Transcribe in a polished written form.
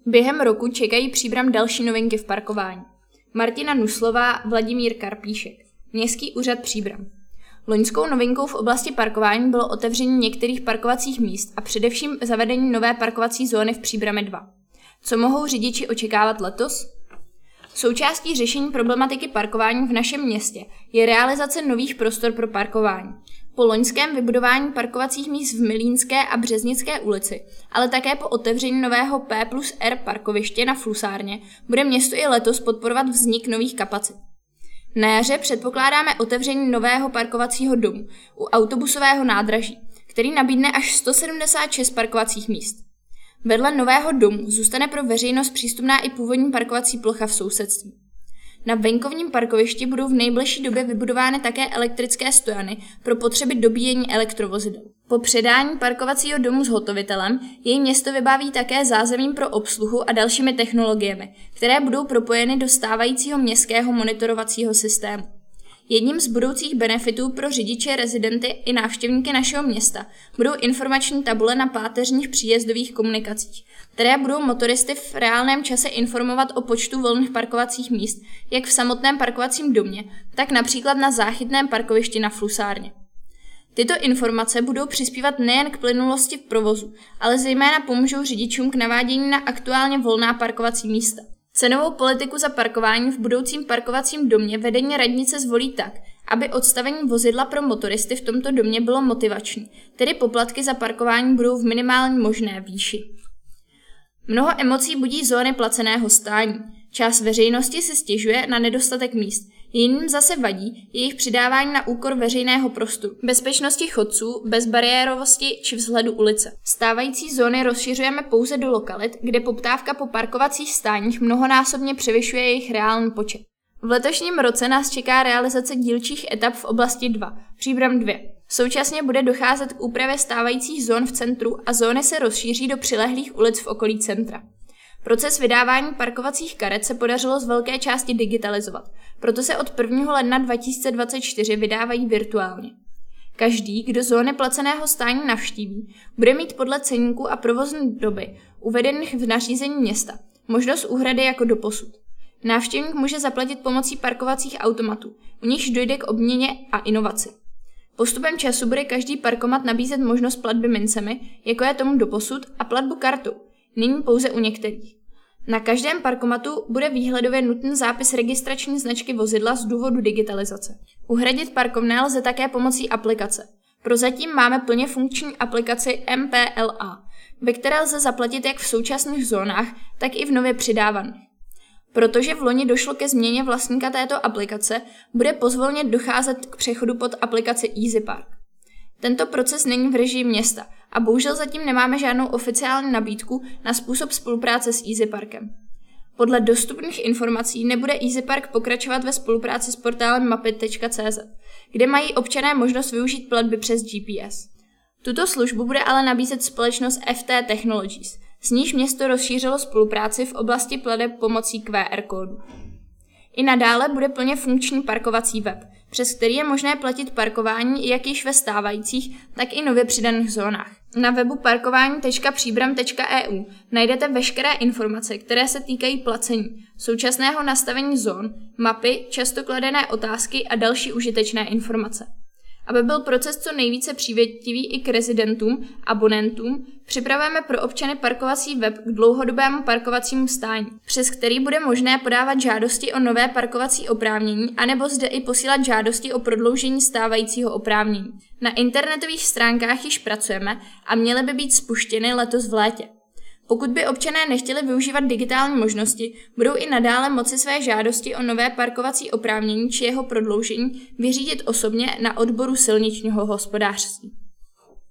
Během roku čekají Příbram další novinky v parkování. Martina Nuslová, Vladimír Karpíšek. Městský úřad Příbram. Loňskou novinkou v oblasti parkování bylo otevření některých parkovacích míst a především zavedení nové parkovací zóny v Příbrami 2. Co mohou řidiči očekávat letos? Součástí řešení problematiky parkování v našem městě je realizace nových prostor pro parkování. Po loňském vybudování parkovacích míst v Milínské a Březnické ulici, ale také po otevření nového P+R parkoviště na Flusárně, bude město i letos podporovat vznik nových kapacit. Na jaře předpokládáme otevření nového parkovacího domu u autobusového nádraží, který nabídne až 176 parkovacích míst. Vedle nového domu zůstane pro veřejnost přístupná i původní parkovací plocha v sousedství. Na venkovním parkovišti budou v nejbližší době vybudovány také elektrické stojany pro potřeby dobíjení elektrovozidel. Po předání parkovacího domu zhotovitelem jej město vybaví také zázemím pro obsluhu a dalšími technologiemi, které budou propojeny do stávajícího městského monitorovacího systému. Jedním z budoucích benefitů pro řidiče, rezidenty i návštěvníky našeho města budou informační tabule na páteřních příjezdových komunikacích, které budou motoristy v reálném čase informovat o počtu volných parkovacích míst, jak v samotném parkovacím domě, tak například na záchytném parkovišti na Flusárně. Tyto informace budou přispívat nejen k plynulosti v provozu, ale zejména pomůžou řidičům k navádění na aktuálně volná parkovací místa. Cenovou politiku za parkování v budoucím parkovacím domě vedení radnice zvolí tak, aby odstavení vozidla pro motoristy v tomto domě bylo motivační, tedy poplatky za parkování budou v minimální možné výši. Mnoho emocí budí zóny placeného stání. Část veřejnosti si stěžuje na nedostatek míst, jiným zase vadí jejich přidávání na úkor veřejného prostoru, bezpečnosti chodců, bezbariérovosti či vzhledu ulice. Stávající zóny rozšiřujeme pouze do lokalit, kde poptávka po parkovacích stáních mnohonásobně převyšuje jejich reálný počet. V letošním roce nás čeká realizace dílčích etap v oblasti 2, Příbram 2. Současně bude docházet k úpravě stávajících zón v centru a zóny se rozšíří do přilehlých ulic v okolí centra. Proces vydávání parkovacích karet se podařilo z velké části digitalizovat, proto se od 1. ledna 2024 vydávají virtuálně. Každý, kdo zóny placeného stání navštíví, bude mít podle ceníku a provozní doby uvedených v nařízení města možnost úhrady jako doposud. Návštěvník může zaplatit pomocí parkovacích automatů, u nichž dojde k obměně a inovaci. Postupem času bude každý parkomat nabízet možnost platby mincemi, jako je tomu doposud, a platbu kartou. Nyní pouze u některých. Na každém parkomatu bude výhledově nutný zápis registrační značky vozidla z důvodu digitalizace. Uhradit parkovné lze také pomocí aplikace. Prozatím máme plně funkční aplikaci MPLA, ve které lze zaplatit jak v současných zónách, tak i v nově přidávaných. Protože v loni došlo ke změně vlastníka této aplikace, bude pozvolně docházet k přechodu pod aplikaci EasyPark. Tento proces není v režii města a bohužel zatím nemáme žádnou oficiální nabídku na způsob spolupráce s EasyParkem. Podle dostupných informací nebude EasyPark pokračovat ve spolupráci s portálem mapy.cz, kde mají občané možnost využít platby přes GPS. Tuto službu bude ale nabízet společnost FT Technologies, s níž město rozšířilo spolupráci v oblasti plateb pomocí QR kódu. I nadále bude plně funkční parkovací web, přes který je možné platit parkování jak již ve stávajících, tak i nově přidaných zónách. Na webu parkování.příbram.eu najdete veškeré informace, které se týkají placení, současného nastavení zón, mapy, často kladené otázky a další užitečné informace. Aby byl proces co nejvíce přívětivý i k rezidentům, abonentům, připravujeme pro občany parkovací web k dlouhodobému parkovacímu stání, přes který bude možné podávat žádosti o nové parkovací oprávnění anebo zde i posílat žádosti o prodloužení stávajícího oprávnění. Na internetových stránkách již pracujeme a měly by být spuštěny letos v létě. Pokud by občané nechtěli využívat digitální možnosti, budou i nadále moci své žádosti o nové parkovací oprávnění či jeho prodloužení vyřídit osobně na odboru silničního hospodářství.